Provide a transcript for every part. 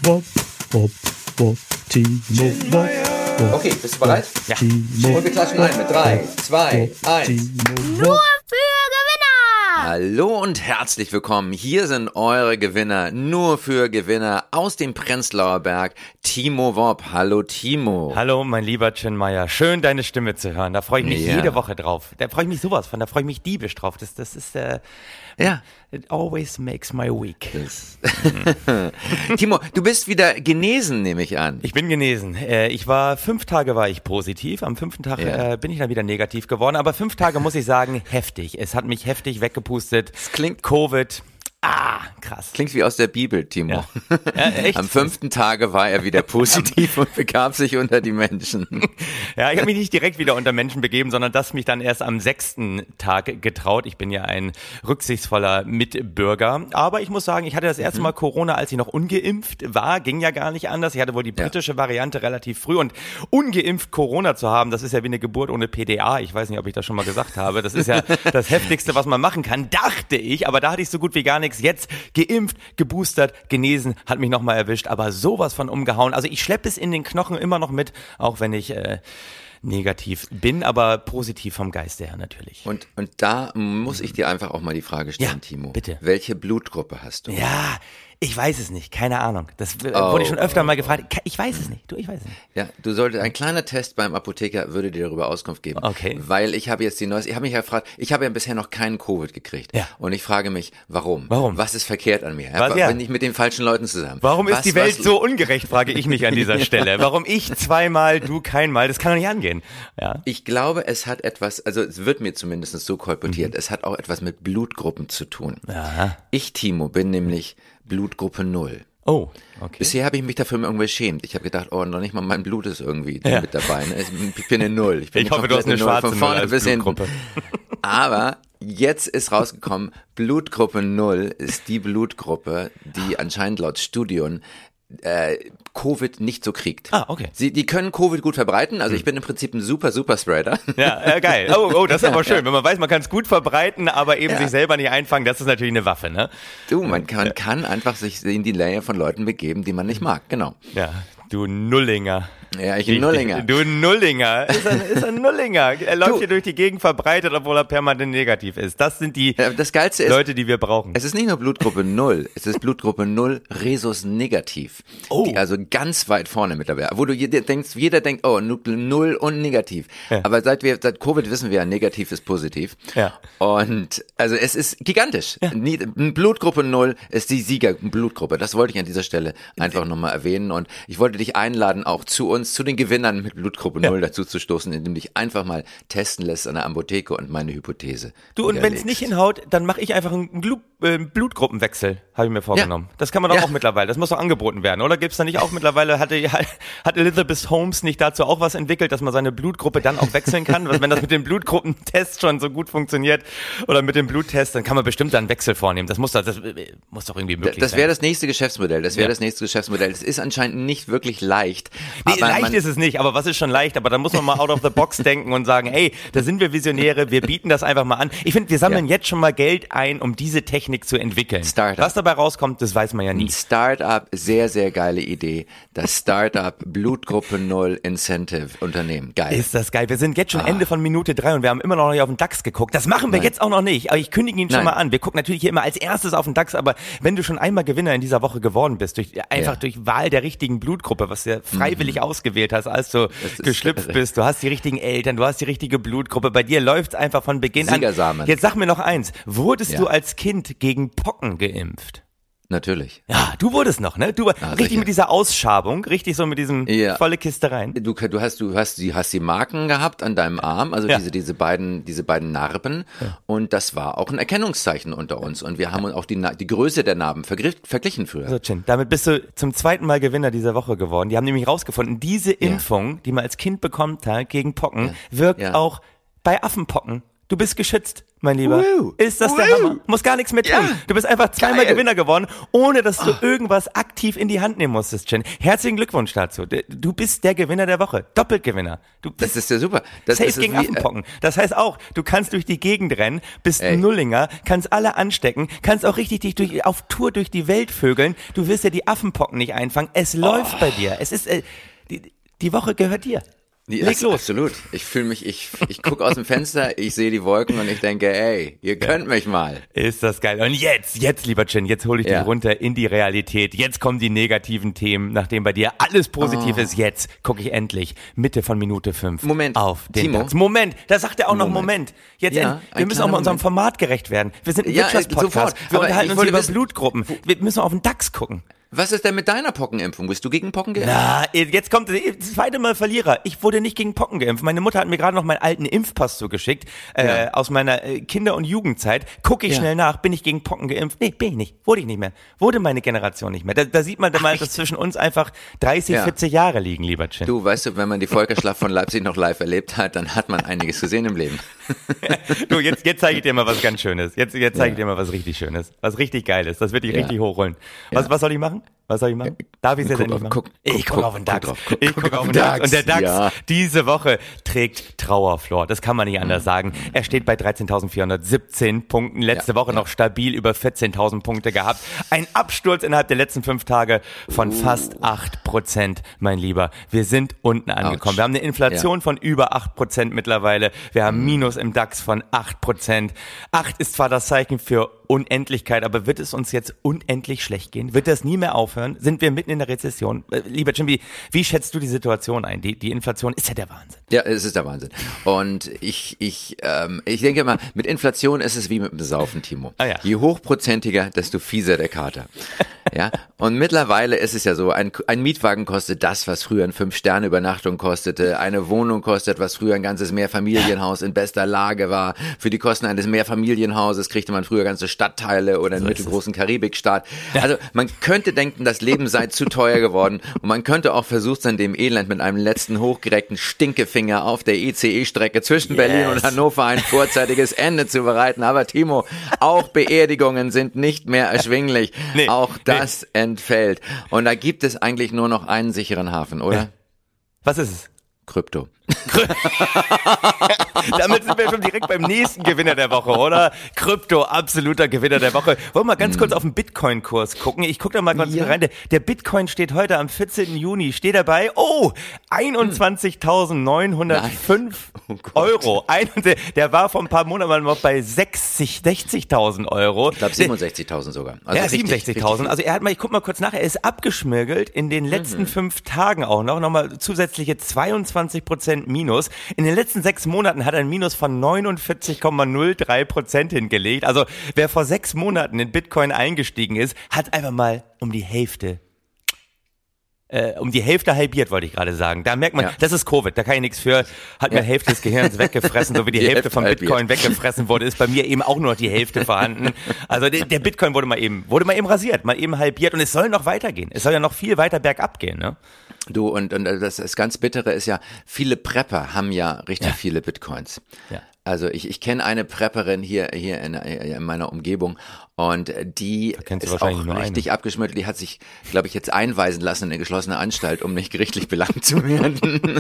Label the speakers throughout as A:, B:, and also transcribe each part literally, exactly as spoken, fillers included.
A: Wob, wob, wob, Timo Wob.
B: Okay, bist du bereit?
A: Ja.
B: Und wir klatschen ein mit drei, zwei, eins.
C: Nur für Gewinner!
B: Hallo und herzlich willkommen. Hier sind eure Gewinner, nur für Gewinner aus dem Prenzlauer Berg. Timo Wob. Hallo Timo.
D: Hallo, mein lieber Chinmaya. Schön, deine Stimme zu hören. Da freue ich mich
B: Ja.
D: jede Woche drauf. Da freue ich mich sowas von. Da freue ich mich diebisch drauf. Das, das ist, äh,
B: Ja.
D: it always makes my week.
B: Das. Timo, du bist wieder genesen, nehme ich an.
D: Ich bin genesen. Äh, ich war, fünf Tage war ich positiv. Am fünften Tag
B: Ja.
D: äh, bin ich dann wieder negativ geworden. Aber fünf Tage, muss ich sagen, heftig. Es hat mich heftig weggepustet.
B: Das klingt,
D: Covid. Ah, krass.
B: klingt wie aus der Bibel, Timo.
D: Ja. Ja, echt?
B: Am fünften Tage war er wieder positiv und begab sich unter die Menschen.
D: Ja, ich habe mich nicht direkt wieder unter Menschen begeben, sondern das mich dann erst am sechsten Tag getraut. Ich bin ja ein rücksichtsvoller Mitbürger. Aber ich muss sagen, ich hatte das erste Mal Corona, als ich noch ungeimpft war. Ging ja gar nicht anders. Ich hatte wohl die britische ja. Variante relativ früh. Und ungeimpft Corona zu haben, das ist ja wie eine Geburt ohne P D A. Ich weiß nicht, ob ich das schon mal gesagt habe. Das ist ja das Heftigste, was man machen kann, dachte ich. Aber da hatte ich so gut wie gar nichts. Jetzt geimpft, geboostert, genesen, hat mich nochmal erwischt, aber sowas von umgehauen. Also ich schleppe es in den Knochen immer noch mit, auch wenn ich äh, negativ bin, aber positiv vom Geiste her natürlich.
B: Und, und da muss ich dir einfach auch mal die Frage stellen,
D: Ja,
B: Timo.
D: bitte.
B: Welche Blutgruppe hast du?
D: Ja, ich weiß es nicht, keine Ahnung. Das äh,
B: Oh,
D: wurde ich schon öfter
B: oh,
D: mal gefragt. Ich weiß es nicht, du, ich weiß es nicht.
B: Ja, du solltest, ein kleiner Test beim Apotheker würde dir darüber Auskunft geben.
D: Okay.
B: Weil ich habe jetzt die neueste, ich habe mich ja gefragt, ich habe ja bisher noch keinen Covid gekriegt.
D: Ja.
B: Und ich frage mich, warum?
D: Warum?
B: Was ist verkehrt an mir?
D: Was, ja.
B: Bin ich mit den falschen Leuten zusammen?
D: Warum
B: was,
D: ist die Welt
B: was,
D: so ungerecht, frage ich mich an dieser Stelle. Warum ich zweimal, du keinmal, das kann doch nicht angehen. Ja.
B: Ich glaube, es hat etwas, also es wird mir zumindest so kolportiert,
D: Mhm.
B: es hat auch etwas mit Blutgruppen zu tun.
D: Aha.
B: Ich, Timo, bin nämlich Blutgruppe null.
D: Oh, okay.
B: Bisher habe ich mich dafür irgendwie geschämt. Ich habe gedacht, oh, noch nicht mal mein Blut ist irgendwie
D: Ja.
B: mit dabei. Ne? Ich bin eine Null. Ich, bin
D: Ich hoffe, du hast eine
B: komplette Null,
D: schwarze
B: von vorne
D: Null als
B: bis hinten.
D: Blutgruppe.
B: Aber jetzt ist rausgekommen, Blutgruppe null ist die Blutgruppe, die anscheinend laut Studien äh, Covid nicht so kriegt.
D: Ah, okay.
B: Sie, die können Covid gut verbreiten. Also ich bin im Prinzip ein super, super Spreader.
D: Ja, äh, geil. Oh, oh, das ist aber schön. Wenn man weiß, man kann es gut verbreiten, aber eben
B: Ja.
D: sich selber nicht einfangen, das ist natürlich eine Waffe, ne?
B: Du, man kann, man kann einfach sich in die Nähe von Leuten begeben, die man nicht mag. Genau.
D: Ja, du Nullinger.
B: Ja, ich bin Nullinger.
D: Du Nullinger. Ist ein, ist ein Nullinger. Er läuft
B: Du.
D: hier durch die Gegend verbreitet, obwohl er permanent negativ ist. Das sind die
B: Ja, das Geilste ist,
D: Leute, die wir brauchen.
B: es ist nicht nur Blutgruppe null, es ist Blutgruppe null Rhesus negativ.
D: Oh.
B: Die also ganz weit vorne mittlerweile. Wo du jeder denkst, jeder denkt, oh, null und negativ.
D: Ja.
B: Aber seit wir, seit Covid wissen wir ja, negativ ist positiv.
D: Ja.
B: Und, also es ist gigantisch.
D: Ja.
B: Nie- Blutgruppe null ist die Siegerblutgruppe. Das wollte ich an dieser Stelle einfach nochmal erwähnen. Und ich wollte dich einladen, auch zu uns, zu den Gewinnern mit Blutgruppe null dazu zu stoßen, indem du dich einfach mal testen lässt an der Apotheke und meine Hypothese.
D: Du, und wenn es
B: widerlegst.
D: nicht hinhaut, dann mache ich einfach einen Glu äh, Blutgruppenwechsel, habe ich mir vorgenommen. Das kann man doch
B: Ja.
D: auch mittlerweile, das muss doch angeboten werden, oder? Gibt's da nicht auch mittlerweile, hatte, hat Elizabeth Holmes nicht dazu auch was entwickelt, dass man seine Blutgruppe dann auch wechseln kann? Was, wenn das mit dem Blutgruppentest schon so gut funktioniert oder mit dem Bluttest, dann kann man bestimmt dann einen Wechsel vornehmen. Das muss doch, das äh, muss doch irgendwie möglich
B: Das
D: sein.
B: wäre das nächste Geschäftsmodell. Das wäre
D: Ja.
B: das nächste Geschäftsmodell. Es ist anscheinend nicht wirklich leicht.
D: Nee,
B: aber
D: leicht
B: man,
D: ist es nicht, aber was ist schon leicht? Aber da muss man mal out of the box denken und sagen, hey, da sind wir Visionäre, wir bieten das einfach mal an. Ich finde, wir sammeln
B: Ja.
D: jetzt schon mal Geld ein, um diese Technik zu entwickeln.
B: Startup.
D: Was dabei rauskommt, das weiß man ja nie.
B: Ein Startup, sehr, sehr geile Idee. Das Startup Blutgruppe null Incentive Unternehmen. Geil.
D: Ist das geil. Wir sind jetzt schon Ende von Minute drei und wir haben immer noch nicht auf den DAX geguckt. Das machen wir
B: Nein.
D: jetzt auch noch nicht. Aber ich kündige ihn schon
B: Nein.
D: mal an. Wir gucken natürlich hier immer als erstes auf den DAX, aber wenn du schon einmal Gewinner in dieser Woche geworden bist, durch, einfach
B: Ja.
D: durch Wahl der richtigen Blutgruppe, was du ja freiwillig ausgewählt hast, als du
B: ist-
D: geschlüpft bist, du hast die richtigen Eltern, du hast die richtige Blutgruppe, bei dir läuft's einfach von Beginn an.
B: Siegersamen.
D: Jetzt sag mir noch eins, wurdest
B: Ja.
D: du als Kind gegen Pocken geimpft?
B: Natürlich.
D: Ja, du wurdest noch, ne? Du richtig
B: sicher.
D: mit dieser Ausschabung, richtig so mit diesem
B: Ja.
D: volle Kiste rein.
B: Du, du hast, du hast, die, hast die Marken gehabt an deinem Arm, also
D: Ja.
B: diese, diese beiden, diese beiden Narben. Und das war auch ein Erkennungszeichen unter uns. Und wir haben uns auch die, Na- die Größe der Narben vergriff, verglichen früher.
D: So, Chin, damit bist du zum zweiten Mal Gewinner dieser Woche geworden. Die haben nämlich rausgefunden, diese Impfung, die man als Kind bekommt hat gegen Pocken, wirkt
B: Ja.
D: auch bei Affenpocken. Du bist geschützt. mein Lieber.
B: Woo.
D: Ist das der
B: Woo.
D: Hammer? Muss gar nichts mehr tun.
B: Ja.
D: Du bist einfach zweimal
B: Geil.
D: Gewinner geworden, ohne dass du irgendwas aktiv in die Hand nehmen musstest, Jen. Herzlichen Glückwunsch dazu. Du bist der Gewinner der Woche. Doppelgewinner. Du bist
B: Das ist ja super. Das
D: safe
B: ist
D: gegen
B: wie,
D: Affenpocken. Das heißt auch, du kannst durch die Gegend rennen, bist
B: Ey.
D: ein Nullinger, kannst alle anstecken, kannst auch richtig dich durch, auf Tour durch die Welt vögeln. Du wirst ja die Affenpocken nicht einfangen. Es läuft bei dir. Es ist, äh, die, die Woche gehört dir.
B: Die,
D: Leg
B: das,
D: los.
B: Absolut. Ich fühle mich, ich, ich gucke aus dem Fenster, ich sehe die Wolken und ich denke, ey, ihr könnt mich mal.
D: Ist das geil. Und jetzt, jetzt, lieber Chin, jetzt hole ich
B: Ja.
D: dich runter in die Realität. Jetzt kommen die negativen Themen, nachdem bei dir alles positiv
B: Oh.
D: ist. Jetzt gucke ich endlich Mitte von Minute fünf
B: Moment.
D: auf den
B: Timo.
D: DAX. Moment, da sagt er auch noch
B: Moment.
D: Moment. Jetzt,
B: Ja,
D: end, wir
B: ein
D: müssen auch
B: kleiner
D: mal unserem
B: Moment.
D: Format gerecht werden. Wir sind ein
B: Ja,
D: Wirtschaftspodcast.
B: sofort.
D: Wir
B: Aber
D: unterhalten
B: ich
D: uns
B: wollte
D: über
B: wissen-
D: Blutgruppen. Wir müssen auf den DAX gucken.
B: Was ist denn mit deiner Pockenimpfung? Bist du gegen Pocken geimpft?
D: Na, jetzt kommt das zweite Mal Verlierer. Ich wurde nicht gegen Pocken geimpft. Meine Mutter hat mir gerade noch meinen alten Impfpass zugeschickt, äh,
B: Ja.
D: aus meiner äh, Kinder- und Jugendzeit. Gucke ich
B: Ja.
D: schnell nach, bin ich gegen Pocken geimpft? Nee, bin ich nicht. Wurde ich nicht mehr. Wurde meine Generation nicht mehr. Da, da sieht man dann mal, dass zwischen uns einfach dreißig,
B: Ja.
D: vierzig Jahre liegen, lieber Chin.
B: Du, weißt du, wenn man die Volkerschlacht von Leipzig noch live erlebt hat, dann hat man einiges gesehen im Leben.
D: Du, jetzt, jetzt zeige ich dir mal was ganz Schönes. Jetzt, jetzt zeige ich
B: Ja.
D: dir mal was richtig Schönes. Was richtig Geiles. Das wird dich
B: Ja.
D: richtig hochholen. Was,
B: Ja.
D: was soll ich machen? Was soll ich machen? Darf ich es jetzt
B: Guck
D: endlich
B: auf-
D: machen?
B: guck-
D: ich
B: guck-
D: gucke auf den
B: guck
D: DAX.
B: drauf, guck-
D: ich
B: guck
D: gucke
B: auf
D: auf den
B: den
D: DAX.
B: DAX.
D: Und der DAX
B: Ja.
D: diese Woche trägt Trauerflor. Das kann man nicht anders sagen. Er steht bei dreizehntausendvierhundertsiebzehn Punkten. Letzte
B: Ja,
D: Woche
B: ja.
D: noch stabil über vierzehntausend Punkte gehabt. Ein Absturz innerhalb der letzten fünf Tage von fast acht Prozent, mein Lieber. Wir sind unten angekommen.
B: Ouch.
D: Wir haben eine Inflation
B: Ja.
D: von über acht Prozent mittlerweile. Wir haben Minus im DAX von acht Prozent. acht ist zwar das Zeichen für Unendlichkeit, aber wird es uns jetzt unendlich schlecht gehen? Wird das nie mehr aufhören? Sind wir mitten in der Rezession? Äh, Lieber Jim, wie, wie schätzt du die Situation ein? Die, die Inflation ist ja der Wahnsinn.
B: Ja, es ist der Wahnsinn. Und ich, ich, ähm, ich denke mal, mit Inflation ist es wie mit dem Saufen, Timo.
D: Ah, ja.
B: Je hochprozentiger, desto fieser der Kater. Ja, und mittlerweile ist es ja so, ein, ein Mietwagen kostet das, was früher eine Fünf-Sterne-Übernachtung kostete. Eine Wohnung kostet, was früher ein ganzes Mehrfamilienhaus in bester Lage war. Für die Kosten eines Mehrfamilienhauses kriegte man früher ganze Stadtteile oder einen
D: So ist
B: mittelgroßen Karibikstaat. Also man könnte denken, das Leben sei zu teuer geworden und man könnte auch versucht sein, dem Elend mit einem letzten hochgereckten Stinkefinger auf der I C E-Strecke zwischen
D: Yes.
B: Berlin und Hannover ein vorzeitiges Ende zu bereiten. Aber Timo, auch Beerdigungen sind nicht mehr erschwinglich.
D: Nee,
B: auch
D: nee.
B: das entfällt. Und da gibt es eigentlich nur noch einen sicheren Hafen, oder?
D: Ja. Was ist es?
B: Krypto.
D: Damit sind wir schon direkt beim nächsten Gewinner der Woche, oder? Krypto, absoluter Gewinner der Woche. Wollen wir mal ganz kurz auf den Bitcoin-Kurs gucken? Ich gucke da mal ganz
B: Ja.
D: rein. Der, der Bitcoin steht heute am vierzehnten Juni, steht dabei, oh, einundzwanzigtausendneunhundertfünf
B: Oh Gott.
D: Euro. Ein, der, der war vor ein paar Monaten mal noch bei sechzig, sechzigtausend Euro.
B: Ich glaube siebenundsechzigtausend sogar. Also
D: ja,
B: richtig,
D: siebenundsechzigtausend.
B: richtig
D: Also er hat mal, ich guck mal kurz nach, er ist abgeschmirgelt in den letzten
B: Mhm.
D: fünf Tagen auch noch, nochmal zusätzliche zweiundzwanzig Prozent Minus. In den letzten sechs Monaten hat er ein Minus von neunundvierzig Komma null drei Prozent hingelegt. Also wer vor sechs Monaten in Bitcoin eingestiegen ist, hat einfach mal um die Hälfte Äh, um die Hälfte halbiert, wollte ich gerade sagen. Da merkt man,
B: Ja.
D: das ist Covid, da kann ich nichts für, hat mir
B: Ja.
D: Hälfte des Gehirns weggefressen, so wie die,
B: Die
D: Hälfte
B: Hälfte
D: von
B: halbiert.
D: Bitcoin weggefressen wurde, ist bei mir eben auch nur noch die Hälfte vorhanden. Also der, der Bitcoin wurde mal eben, wurde mal eben rasiert, mal eben halbiert und es soll noch weitergehen. Es soll ja noch viel weiter bergab gehen, ne?
B: Du, und, und das, das ganz Bittere ist ja, viele Prepper haben ja richtig
D: Ja.
B: viele Bitcoins.
D: Ja.
B: Also ich, ich kenne eine Prepperin hier, hier in, in meiner Umgebung und die
D: kennst du
B: ist
D: wahrscheinlich
B: auch
D: nur
B: richtig abgeschmüttelt. Die hat sich, glaube ich, jetzt einweisen lassen in eine geschlossene Anstalt, um nicht gerichtlich belangt zu werden.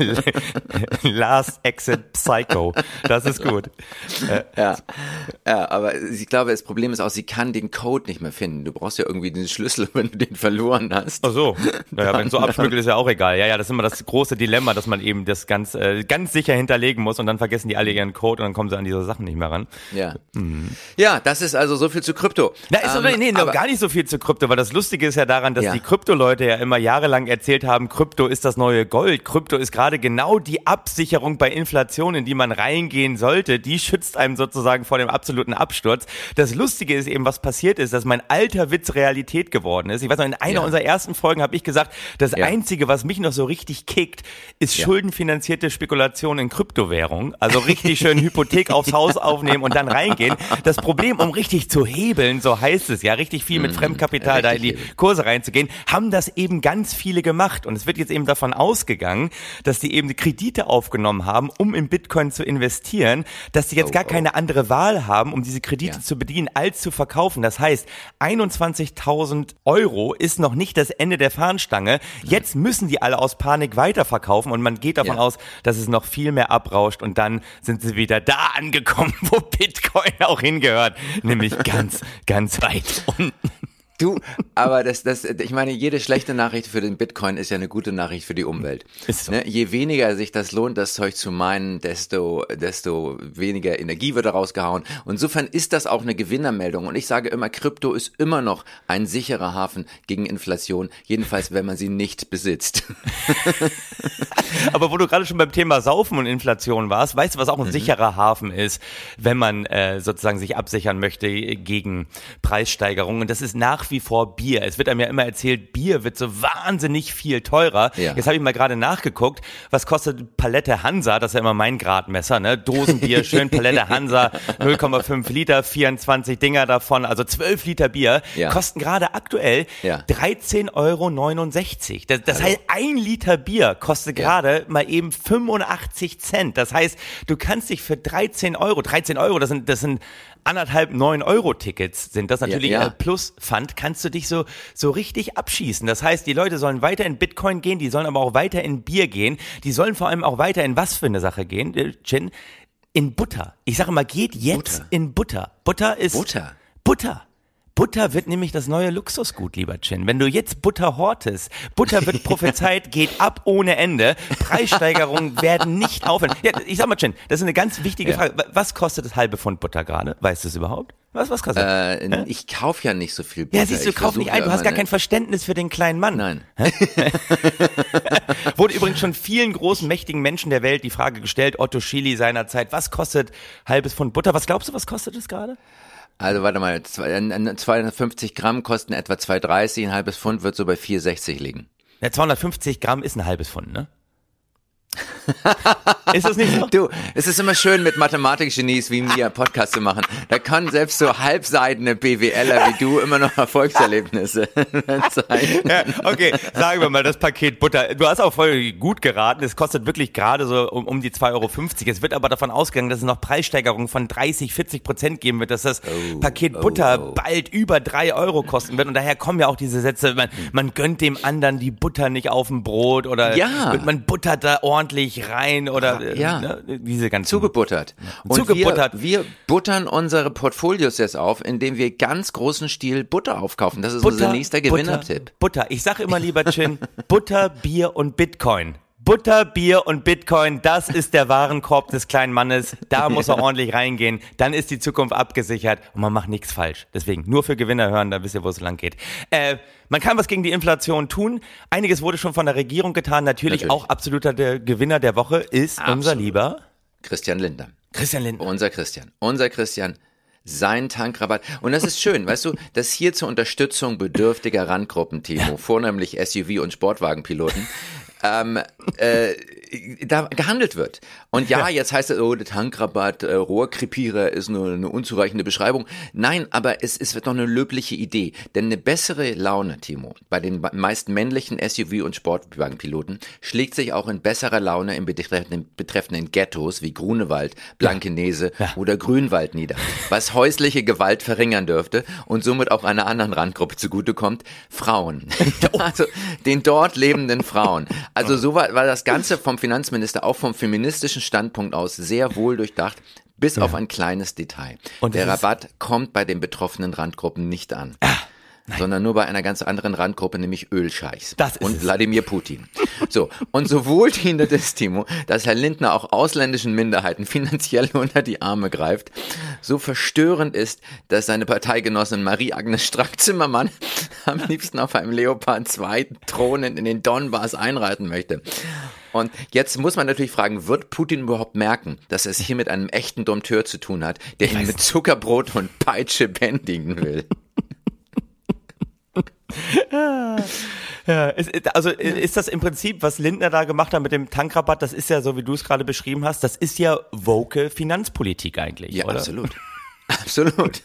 D: Last Exit Psycho. Das ist gut. Äh,
B: Ja, ja, aber ich glaube, das Problem ist auch, sie kann den Code nicht mehr finden. Du brauchst ja irgendwie den Schlüssel, wenn du den verloren hast.
D: Ach so. Naja, wenn so abschmückelt, ist ja auch egal. Ja, ja, das ist immer das große Dilemma, dass man eben das ganz, äh, ganz sicher hinterlegen muss und dann vergessen die alle ihren Code und dann kommen sie an diese Sachen nicht mehr ran.
B: Ja, ja, das ist also so viel zu Krypto.
D: Na, ist
B: Ähm,
D: aber, nee, noch
B: aber-
D: gar nicht so viel zu Krypto, weil das Lustige ist ja daran, dass
B: Ja.
D: die Krypto-Leute ja immer jahrelang erzählt haben, Krypto ist das neue Gold. Krypto ist gerade genau die Absicherung bei Inflation, in die man reingehen sollte. Die schützt einem sozusagen vor dem absoluten Absturz. Das Lustige ist eben, was passiert ist, dass mein alter Witz Realität geworden ist. Ich weiß noch, in einer
B: Ja.
D: unserer ersten Folgen habe ich gesagt, das
B: Ja.
D: Einzige, was mich noch so richtig kickt, ist
B: Ja.
D: schuldenfinanzierte Spekulation in Kryptowährung. Also richtig schön Hypothek aufs Haus aufnehmen und dann reingehen. Das Problem, um richtig zu hebeln, so heißt es ja, richtig viel mit Fremdkapital
B: ja,
D: da in die Kurse reinzugehen, haben das eben ganz viele gemacht. Und es wird jetzt eben davon ausgegangen, dass die eben die Kredite aufgenommen haben, um in Bitcoin zu investieren, dass die jetzt
B: oh,
D: gar keine
B: oh.
D: andere Wahl haben, um diese Kredite
B: Ja.
D: zu bedienen, als zu verkaufen. Das heißt, einundzwanzigtausend Euro ist noch nicht das Ende der Fahnenstange. Jetzt müssen die alle aus Panik weiterverkaufen und man geht davon
B: Ja.
D: aus, dass es noch viel mehr abrauscht und dann sind sie wieder da angekommen, wo Bitcoin auch hingehört, nämlich ganz, ganz weit unten.
B: Du, aber das, das, ich meine, jede schlechte Nachricht für den Bitcoin ist ja eine gute Nachricht für die Umwelt.
D: Ist so.
B: Ne? Je weniger sich das lohnt, das Zeug zu meinen, desto, desto weniger Energie wird da rausgehauen. Und insofern ist das auch eine Gewinnermeldung. Und ich sage immer, Krypto ist immer noch ein sicherer Hafen gegen Inflation. Jedenfalls, wenn man sie nicht besitzt.
D: Aber wo du gerade schon beim Thema Saufen und Inflation warst, weißt du, was auch ein
B: Mhm.
D: sicherer Hafen ist, wenn man äh, sozusagen sich absichern möchte gegen Preissteigerungen? Und das ist nach wie vor Bier. Es wird einem ja immer erzählt, Bier wird so wahnsinnig viel teurer.
B: Ja.
D: Jetzt habe ich mal gerade nachgeguckt, was kostet Palette Hansa, das ist ja immer mein Gradmesser, ne? Dosenbier, schön Palette Hansa, null Komma fünf Liter, vierundzwanzig Dinger davon, also zwölf Liter Bier,
B: Ja.
D: kosten gerade aktuell
B: Ja.
D: dreizehn Euro neunundsechzig. Das, das
B: Hallo.
D: heißt, ein Liter Bier kostet
B: Ja.
D: gerade mal eben fünfundachtzig Cent. Das heißt, du kannst dich für dreizehn Euro, dreizehn Euro, das sind, das sind anderthalb neun Euro Tickets sind das natürlich
B: Ja, ja.
D: äh, plus Pfand, kannst du dich so so richtig abschießen. Das heißt, die Leute sollen weiter in Bitcoin gehen, die sollen aber auch weiter in Bier gehen, die sollen vor allem auch weiter in was für eine Sache gehen, äh, Chin? In Butter. Ich sage mal, geht jetzt
B: Butter.
D: in Butter. Butter ist
B: Butter?
D: Butter. Butter wird nämlich das neue Luxusgut, lieber Chin. Wenn du jetzt Butter hortest, Butter wird prophezeit, geht ab ohne Ende. Preissteigerungen werden nicht aufhören. Ja, ich sag mal, Chin, das ist eine ganz wichtige
B: Ja.
D: Frage. Was kostet das halbe Pfund Butter gerade? Weißt du es überhaupt? Was, was kostet das?
B: Äh, ich kaufe ja nicht so viel Butter.
D: Ja, siehst du,
B: Ich
D: kauf nicht
B: versuche
D: ein. Du
B: ja
D: hast gar
B: immer,
D: kein
B: ne?
D: Verständnis für den kleinen Mann.
B: Nein.
D: Wurde übrigens schon vielen großen, mächtigen Menschen der Welt die Frage gestellt, Otto Schily seinerzeit, was kostet halbes Pfund Butter? Was glaubst du, was kostet es gerade?
B: Also warte mal, zwei- äh, zweihundertfünfzig Gramm kosten etwa zwei Euro dreißig, ein halbes Pfund wird so bei vier Euro sechzig liegen.
D: Ja, zweihundertfünfzig Gramm ist ein halbes Pfund, ne? Ist das nicht so?
B: Du, es ist immer schön, mit Mathematikgenies wie mir Podcast zu machen. Da können selbst so halbseidene BWLer wie du immer noch Erfolgserlebnisse zeigen.
D: Ja, okay, sagen wir mal, das Paket Butter. Du hast auch voll gut geraten. Es kostet wirklich gerade so um, um die zwei Euro fünfzig. Es wird aber davon ausgegangen, dass es noch Preissteigerungen von dreißig, vierzig Prozent geben wird, dass das
B: Oh,
D: Paket
B: oh,
D: Butter
B: oh.
D: bald über drei Euro kosten wird. Und daher kommen ja auch diese Sätze, man, man gönnt dem anderen die Butter nicht auf dem Brot oder
B: Ja.
D: man buttert da ordentlich rein oder äh,
B: Ja.
D: ne, diese ganzen...
B: Zugebuttert. Und
D: Zugebuttert.
B: Wir, wir buttern unsere Portfolios jetzt auf, indem wir ganz großen Stil Butter aufkaufen. Das ist
D: Butter,
B: unser nächster Gewinnertipp.
D: Butter, Butter. Ich sag immer lieber, Chin, Butter, Bier und Bitcoin. Butter, Bier und Bitcoin, das ist der Warenkorb des kleinen Mannes. Da muss er ordentlich reingehen. Dann ist die Zukunft abgesichert und man macht nichts falsch. Deswegen nur für Gewinner hören, da wisst ihr, wo es lang geht. Äh, man kann was gegen die Inflation tun. Einiges wurde schon von der Regierung getan. Natürlich,
B: Natürlich.
D: auch absoluter der Gewinner der Woche ist
B: Absolut.
D: unser lieber
B: Christian Lindner.
D: Christian Lindner.
B: Unser Christian. Unser Christian. Sein Tankrabatt. Und das ist schön, weißt du, dass hier zur Unterstützung bedürftiger Randgruppen, Timo, vornehmlich S U V- und Sportwagenpiloten, ähm, äh, da gehandelt wird. Und ja, jetzt heißt es, oh, der Tankrabatt, äh, Rohrkrepierer ist nur eine unzureichende Beschreibung. Nein, aber es, es wird doch eine löbliche Idee. Denn eine bessere Laune, Timo, bei den meist männlichen S U V- und Sportwagenpiloten schlägt sich auch in besserer Laune in betreffenden, betreffenden Ghettos wie Grunewald, Blankenese
D: Ja.
B: oder Grünwald nieder. Was häusliche Gewalt verringern dürfte und somit auch einer anderen Randgruppe zugutekommt, Frauen. Also den dort lebenden Frauen. Also so war, war das Ganze vom Finanzminister auch vom feministischen Standpunkt aus sehr wohl durchdacht, bis auf ein kleines Detail.
D: Und
B: Der
D: das ist-
B: Rabatt kommt bei den betroffenen Randgruppen nicht an. Sondern nur bei einer ganz anderen Randgruppe, nämlich Ölscheichs
D: Das ist
B: und
D: es.
B: Wladimir Putin. So, und so wohldienend ist, Timo, dass Herr Lindner auch ausländischen Minderheiten finanziell unter die Arme greift, so verstörend ist, dass seine Parteigenossin Marie-Agnes Strack-Zimmermann am liebsten auf einem Leopard zwei thronend in den Donbass einreiten möchte. Und jetzt muss man natürlich fragen, wird Putin überhaupt merken, dass er es hier mit einem echten Dompteur zu tun hat, der ihn mit Zuckerbrot und Peitsche bändigen will?
D: Ja, ist, also ist das im Prinzip, was Lindner da gemacht hat mit dem Tankrabatt, das ist ja so, wie du es gerade beschrieben hast, das ist ja woke Finanzpolitik eigentlich,
B: Ja,
D: oder?
B: absolut. Absolut.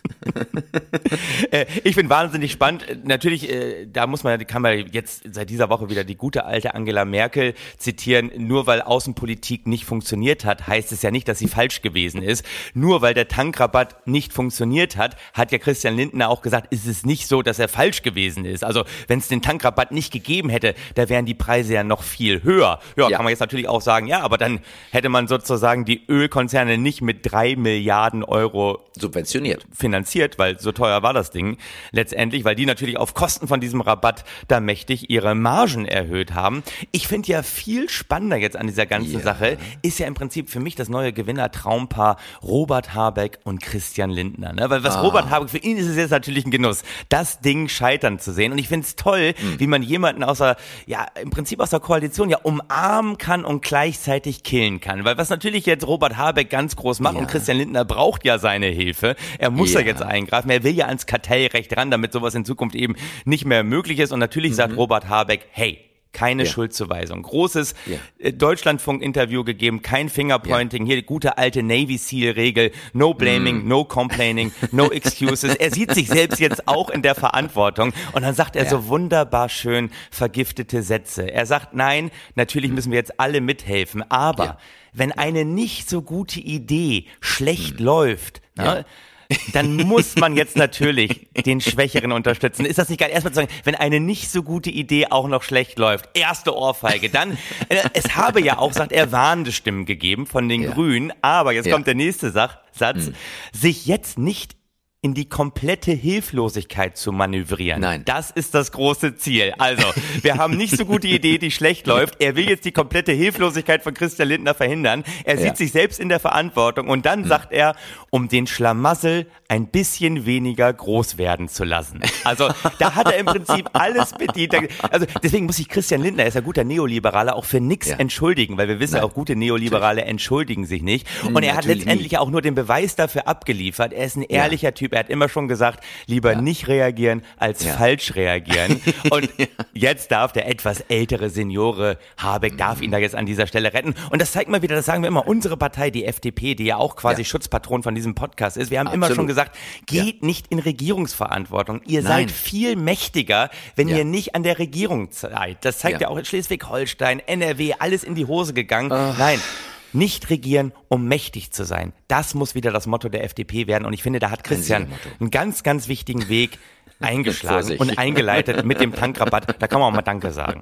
D: äh, ich bin wahnsinnig spannend. Natürlich, äh, da muss man, kann man jetzt seit dieser Woche wieder die gute alte Angela Merkel zitieren. Nur weil Außenpolitik nicht funktioniert hat, heißt es ja nicht, dass sie falsch gewesen ist. Nur weil der Tankrabatt nicht funktioniert hat, hat ja Christian Lindner auch gesagt, ist es nicht so, dass er falsch gewesen ist. Also wenn es den Tankrabatt nicht gegeben hätte, da wären die Preise ja noch viel höher. Ja,
B: Ja.
D: kann man jetzt natürlich auch sagen, ja, aber dann hätte man sozusagen die Ölkonzerne nicht mit drei Milliarden Euro
B: Subventioniert.
D: finanziert, weil so teuer war das Ding letztendlich, weil die natürlich auf Kosten von diesem Rabatt da mächtig ihre Margen erhöht haben. Ich finde ja viel spannender jetzt an dieser ganzen
B: Ja.
D: Sache, ist ja im Prinzip für mich das neue Gewinner-Traumpaar Robert Habeck und Christian Lindner. Ne? Weil was
B: Ah.
D: Robert Habeck, für ihn ist es jetzt natürlich ein Genuss, das Ding scheitern zu sehen. Und ich finde es toll,
B: Hm.
D: wie man jemanden aus der, ja, im Prinzip aus der Koalition ja umarmen kann und gleichzeitig killen kann. Weil was natürlich jetzt Robert Habeck ganz groß macht
B: Ja.
D: und Christian Lindner braucht ja seine Hilfe. Er muss ja
B: Ja.
D: jetzt eingreifen. Er will ja ans Kartellrecht ran, damit sowas in Zukunft eben nicht mehr möglich ist. Und natürlich sagt Robert Habeck, hey, keine
B: Ja.
D: Schuldzuweisung. Großes
B: Ja.
D: äh, Deutschlandfunk-Interview gegeben, kein Fingerpointing. Hier die gute alte Navy Seal-Regel. No blaming, no complaining, no excuses. Er sieht sich selbst jetzt auch in der Verantwortung. Und dann sagt er
B: Ja.
D: so wunderbar schön vergiftete Sätze. Er sagt, nein, natürlich müssen wir jetzt alle mithelfen. Aber
B: Ja.
D: wenn eine nicht so gute Idee schlecht läuft,
B: Ja.
D: ne, dann muss man jetzt natürlich den Schwächeren unterstützen. Ist das nicht geil? Erstmal zu sagen, wenn eine nicht so gute Idee auch noch schlecht läuft, erste Ohrfeige. Dann, äh, es habe ja auch, sagt er, warnende Stimmen gegeben von den
B: Ja.
D: Grünen. Aber jetzt
B: Ja.
D: kommt der nächste Sach Satz. Sich jetzt nicht in die komplette Hilflosigkeit zu manövrieren.
B: Nein.
D: Das ist das große Ziel. Also, wir haben nicht so gute Idee, die schlecht läuft. Er will jetzt die komplette Hilflosigkeit von Christian Lindner verhindern. Er sieht
B: Ja.
D: sich selbst in der Verantwortung und dann sagt er, um den Schlamassel ein bisschen weniger groß werden zu lassen. Also, da hat er im Prinzip alles bedient. Also, deswegen muss sich Christian Lindner, er ist ja guter Neoliberaler, auch für nichts
B: Ja.
D: entschuldigen, weil wir wissen ja
B: Nein.
D: auch, gute Neoliberale entschuldigen sich nicht. Und er hat
B: Natürlich
D: letztendlich
B: nie.
D: auch nur den Beweis dafür abgeliefert. Er ist ein ehrlicher Typ. Er hat immer schon gesagt, lieber
B: Ja.
D: nicht reagieren als
B: Ja.
D: falsch reagieren. Und jetzt darf der etwas ältere Seniore Habeck, darf ihn da jetzt an dieser Stelle retten. Und das zeigt mal wieder, das sagen wir immer, unsere Partei, die F D P, die ja auch quasi
B: Ja.
D: Schutzpatron von diesem Podcast ist, wir haben immer
B: Absolut.
D: schon gesagt, geht nicht in Regierungsverantwortung. Ihr
B: Nein.
D: seid viel mächtiger, wenn
B: Ja.
D: ihr nicht an der Regierung seid. Das zeigt ja,
B: Ja.
D: auch in Schleswig-Holstein, N R W, alles in die Hose gegangen. Nein. Nicht regieren, um mächtig zu sein. Das muss wieder das Motto der F D P werden. Und ich finde, da hat Christian
B: Motto.
D: einen ganz, ganz wichtigen Weg eingeschlagen
B: Vorsicht.
D: und eingeleitet mit dem Tankrabatt. Da kann man auch mal Danke sagen.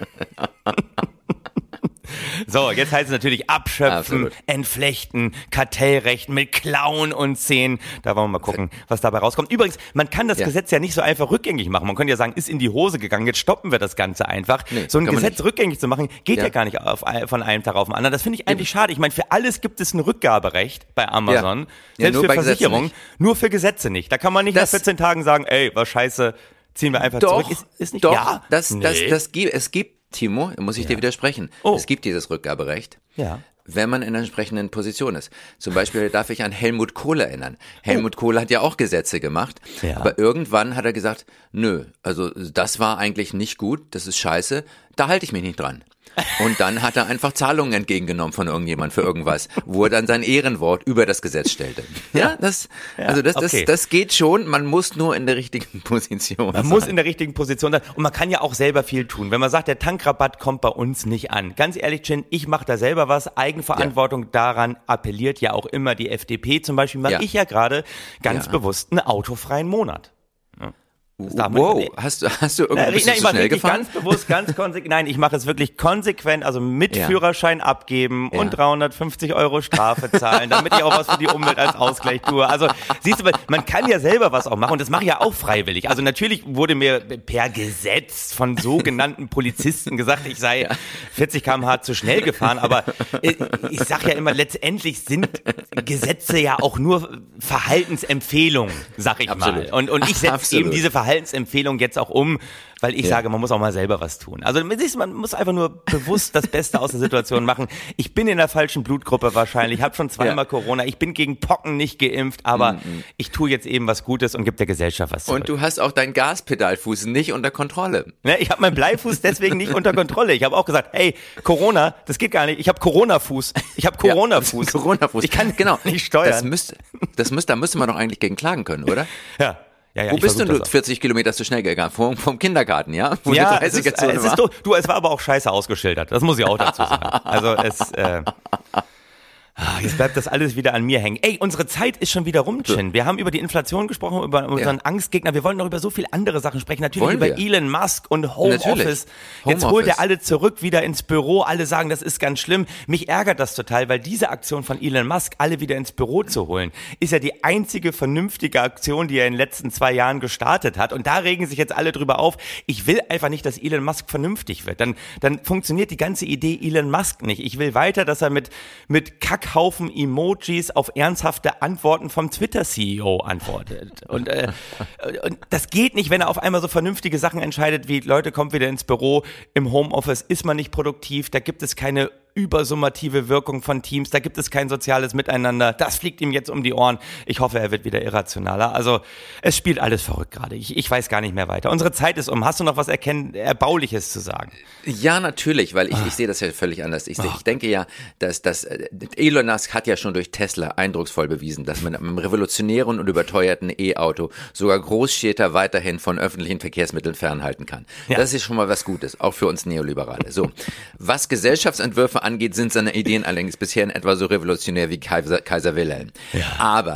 D: So, jetzt heißt es natürlich abschöpfen,
B: Absolut.
D: entflechten, Kartellrecht mit Klauen und Zähnen. Da wollen wir mal gucken, was dabei rauskommt. Übrigens, man kann das
B: Ja.
D: Gesetz ja nicht so einfach rückgängig machen. Man könnte ja sagen, ist in die Hose gegangen, jetzt stoppen wir das Ganze einfach.
B: Nee,
D: so ein
B: kann man
D: Gesetz
B: nicht.
D: rückgängig zu machen, geht ja,
B: Ja.
D: gar nicht auf, ein- von einem Tag auf den anderen. Das finde ich eigentlich schade. Ich meine, für alles gibt es ein Rückgaberecht bei Amazon.
B: Ja,
D: Selbst
B: nur
D: für
B: bei Gesetzen
D: Versicherungen,
B: nicht.
D: nur für Gesetze nicht. Da kann man nicht
B: Das-
D: nach vierzehn Tagen sagen, ey, was scheiße, ziehen wir einfach
B: Doch,
D: zurück. Ist, ist nicht
B: doch,
D: ja?
B: das, das,
D: Nee.
B: das gibt, es gibt, Timo, da muss ich dir widersprechen.
D: Oh.
B: Es gibt dieses Rückgaberecht.
D: Ja.
B: Wenn man in einer entsprechenden Position ist. Zum Beispiel darf ich an Helmut Kohl erinnern. Helmut Kohl hat ja auch Gesetze gemacht,
D: Ja.
B: aber irgendwann hat er gesagt, nö, also das war eigentlich nicht gut, das ist scheiße, da halte ich mich nicht dran. Und dann hat er einfach Zahlungen entgegengenommen von irgendjemand für irgendwas, wo er dann sein Ehrenwort über das Gesetz stellte. Ja, das, also das,
D: okay.
B: das, das geht schon, man muss nur in der richtigen Position
D: Man
B: sein.
D: muss in der richtigen Position sein und man kann ja auch selber viel tun. Wenn man sagt, der Tankrabatt kommt bei uns nicht an. Ganz ehrlich, Chin, ich mache da selber was. Eigenverantwortung, daran appelliert ja auch immer die F D P. Zum Beispiel mache
B: Ja.
D: ich ja gerade ganz
B: Ja.
D: bewusst einen autofreien Monat. Das darf man-
B: Wow, hast du, hast du
D: Na,
B: irgendwie bist
D: nein,
B: du
D: ich
B: zu
D: mache
B: schnell
D: wirklich
B: gefahren?
D: ganz bewusst, ganz konsequent. Nein, ich mache es wirklich konsequent, also mit
B: Ja.
D: Führerschein abgeben
B: Ja.
D: und dreihundertfünfzig Euro Strafe zahlen, damit ich auch was für die Umwelt als Ausgleich tue. Also siehst du, man kann ja selber was auch machen und das mache ich ja auch freiwillig. Also natürlich wurde mir per Gesetz von sogenannten Polizisten gesagt, ich sei vierzig Kilometer pro Stunde zu schnell gefahren, aber äh, ich sage ja immer, letztendlich sind Gesetze ja auch nur Verhaltensempfehlungen, sag ich
B: Absolut.
D: mal. Und, und ich setze
B: Absolut.
D: eben diese Verhaltensempfehlungen Verhaltensempfehlung jetzt auch um, weil ich ja. sage, man muss auch mal selber was tun. Also man muss einfach nur bewusst das Beste aus der Situation machen. Ich bin in der falschen Blutgruppe wahrscheinlich, ich habe schon zweimal ja. Corona, ich bin gegen Pocken nicht geimpft, aber mhm. ich tue jetzt eben was Gutes und gebe der Gesellschaft was zurück.
B: Und du hast auch deinen Gaspedalfuß nicht unter Kontrolle.
D: Ja, ich habe meinen Bleifuß deswegen nicht unter Kontrolle. Ich habe auch gesagt, hey, Corona, das geht gar nicht. Ich habe Corona-Fuß. Ich habe Corona-Fuß.
B: Ja, Corona-Fuß.
D: Ich kann genau nicht steuern.
B: Das müsste, das müsste, da müsste man doch eigentlich gegen klagen können, oder?
D: Ja. Ja, ja,
B: Wo bist denn du vierzig Kilometer zu schnell gegangen? Vom, vom Kindergarten, ja? Wo
D: ja, es ist, es ist, du, du, es war aber auch scheiße ausgeschildert. Das muss ich auch dazu sagen. Also es, äh, jetzt bleibt das alles wieder an mir hängen. Ey, unsere Zeit ist schon wieder rum, Chin. Wir haben über die Inflation gesprochen, über unseren ja. Angstgegner. Wir wollen noch über so viele andere Sachen sprechen. Natürlich
B: wollen
D: über
B: wir.
D: Elon Musk und Homeoffice. Home jetzt holt er alle zurück wieder ins Büro. Alle sagen, das ist ganz schlimm. Mich ärgert das total, weil diese Aktion von Elon Musk, alle wieder ins Büro zu holen, ist ja die einzige vernünftige Aktion, die er in den letzten zwei Jahren gestartet hat. Und da regen sich jetzt alle drüber auf. Ich will einfach nicht, dass Elon Musk vernünftig wird. Dann, dann funktioniert die ganze Idee Elon Musk nicht. Ich will weiter, dass er mit, mit Kackhaufen Emojis auf ernsthafte Antworten vom Twitter-C E O antwortet. Und, äh, und das geht nicht, wenn er auf einmal so vernünftige Sachen entscheidet, wie Leute, kommt wieder ins Büro, im Homeoffice ist man nicht produktiv, da gibt es keine übersummative Wirkung von Teams, da gibt es kein soziales Miteinander, das fliegt ihm jetzt um die Ohren. Ich hoffe, er wird wieder irrationaler. Also es spielt alles verrückt gerade. Ich, ich weiß gar nicht mehr weiter. Unsere Zeit ist um. Hast du noch was erkennen, Erbauliches zu sagen?
B: Ja, natürlich, weil ich, ich sehe das ja völlig anders. Ich, ich denke ja, dass, dass Elon Musk hat ja schon durch Tesla eindrucksvoll bewiesen, dass man mit einem revolutionären und überteuerten E-Auto sogar Großstädter weiterhin von öffentlichen Verkehrsmitteln fernhalten kann. Ja. Das ist schon mal was Gutes, auch für uns Neoliberale. So, was Gesellschaftsentwürfe angeht, sind seine Ideen allerdings bisher in etwa so revolutionär wie Kaiser, Kaiser Wilhelm. Ja. Aber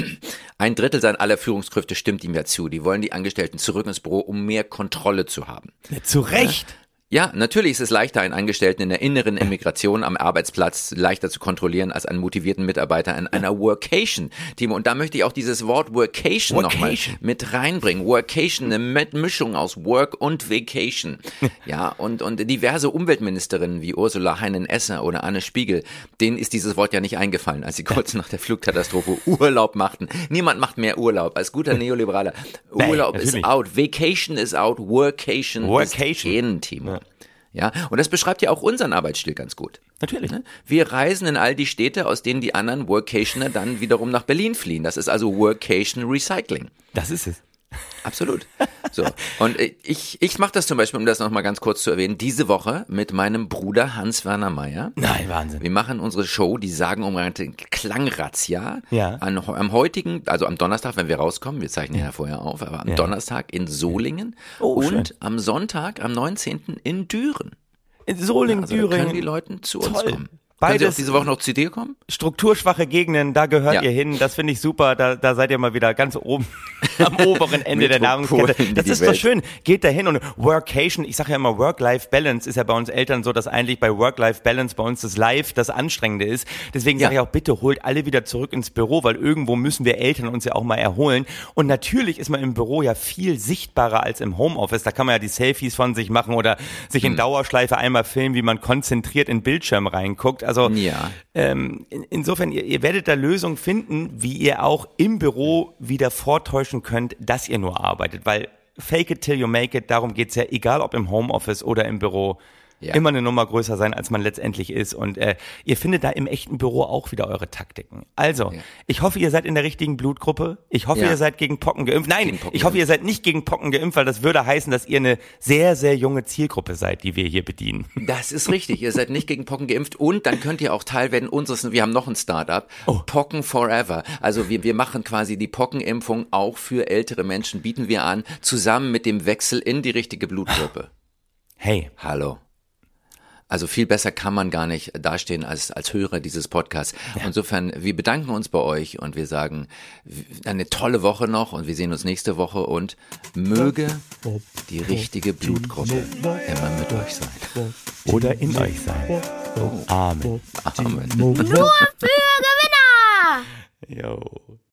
B: ein Drittel seiner aller Führungskräfte stimmt ihm ja zu. Die wollen die Angestellten zurück ins Büro, um mehr Kontrolle zu haben.
D: Ja, zu Recht.
B: Ja. Ja, natürlich ist es leichter, einen Angestellten in der inneren Immigration am Arbeitsplatz leichter zu kontrollieren als einen motivierten Mitarbeiter in einer Workation, Timo. Und da möchte ich auch dieses Wort Workation, Workation. nochmal mit reinbringen. Workation, eine Mischung aus Work und Vacation. Ja, und, und diverse Umweltministerinnen wie Ursula Heinen-Esser oder Anne Spiegel, denen ist dieses Wort ja nicht eingefallen, als sie kurz nach der Flugkatastrophe Urlaub machten. Niemand macht mehr Urlaub als guter Neoliberaler. Urlaub nee, ist out, Vacation ist out, Workation, Workation. ist in, Timo. Ja. Ja, und das beschreibt ja auch unseren Arbeitsstil ganz gut.
D: Natürlich.
B: Wir reisen in all die Städte, aus denen die anderen Workationer dann wiederum nach Berlin fliehen. Das ist also Workation Recycling.
D: Das ist es.
B: Absolut. So. Und ich, ich mache das zum Beispiel, um das nochmal ganz kurz zu erwähnen, diese Woche mit meinem Bruder Hans-Werner Meyer.
D: Nein, Wahnsinn.
B: Wir machen unsere Show, die sagenumrannte Klangrazzia,
D: ja.
B: an, am heutigen, also am Donnerstag, wenn wir rauskommen, wir zeichnen ja vorher auf, aber am ja. Donnerstag in Solingen
D: oh,
B: und
D: schön.
B: am Sonntag, am neunzehnten in Düren.
D: In Solingen,
B: ja, also
D: Düren.
B: Da können die Leute zu uns
D: Toll.
B: kommen.
D: Beides.
B: Können Sie auch diese Woche noch zu dir kommen?
D: Strukturschwache Gegenden, da gehört
B: ja.
D: ihr hin. Das finde ich super. Da, da seid ihr mal wieder ganz oben am oberen Ende der Nahrungskette. Das ist doch schön. Geht da hin und Workation. Ich sage ja immer, Work-Life-Balance ist ja bei uns Eltern so, dass eigentlich bei Work-Life-Balance bei uns das Life das Anstrengende ist. Deswegen sage ja. ich auch, bitte holt alle wieder zurück ins Büro, weil irgendwo müssen wir Eltern uns ja auch mal erholen. Und natürlich ist man im Büro ja viel sichtbarer als im Homeoffice. Da kann man ja die Selfies von sich machen oder sich in hm. Dauerschleife einmal filmen, wie man konzentriert in den Bildschirm reinguckt. Also
B: ja.
D: Ähm, in, insofern, ihr, ihr werdet da Lösungen finden, wie ihr auch im Büro wieder vortäuschen könnt, dass ihr nur arbeitet, weil fake it till you make it, darum geht's ja, egal ob im Homeoffice oder im Büro, ja. immer eine Nummer größer sein, als man letztendlich ist. Und äh, ihr findet da im echten Büro auch wieder eure Taktiken. Also, ja. ich hoffe, ihr seid in der richtigen Blutgruppe. Ich hoffe, ja. ihr seid gegen Pocken geimpft. Nein, Pocken ich hoffe, ihr seid nicht gegen Pocken geimpft, weil das würde heißen, dass ihr eine sehr, sehr junge Zielgruppe seid, die wir hier bedienen.
B: Das ist richtig. Ihr seid nicht gegen Pocken geimpft und dann könnt ihr auch Teil werden unseres, wir haben noch ein Startup, oh. Pocken Forever. Also wir, wir machen quasi die Pockenimpfung auch für ältere Menschen, bieten wir an, zusammen mit dem Wechsel in die richtige Blutgruppe.
D: Hey.
B: Hallo. Also viel besser kann man gar nicht dastehen als, als Hörer dieses Podcasts. Ja. Insofern, wir bedanken uns bei euch und wir sagen eine tolle Woche noch und wir sehen uns nächste Woche und möge die richtige Blutgruppe immer mit euch sein.
D: Oder in euch sein. Amen.
B: Amen.
C: Nur für Gewinner!
D: Jo.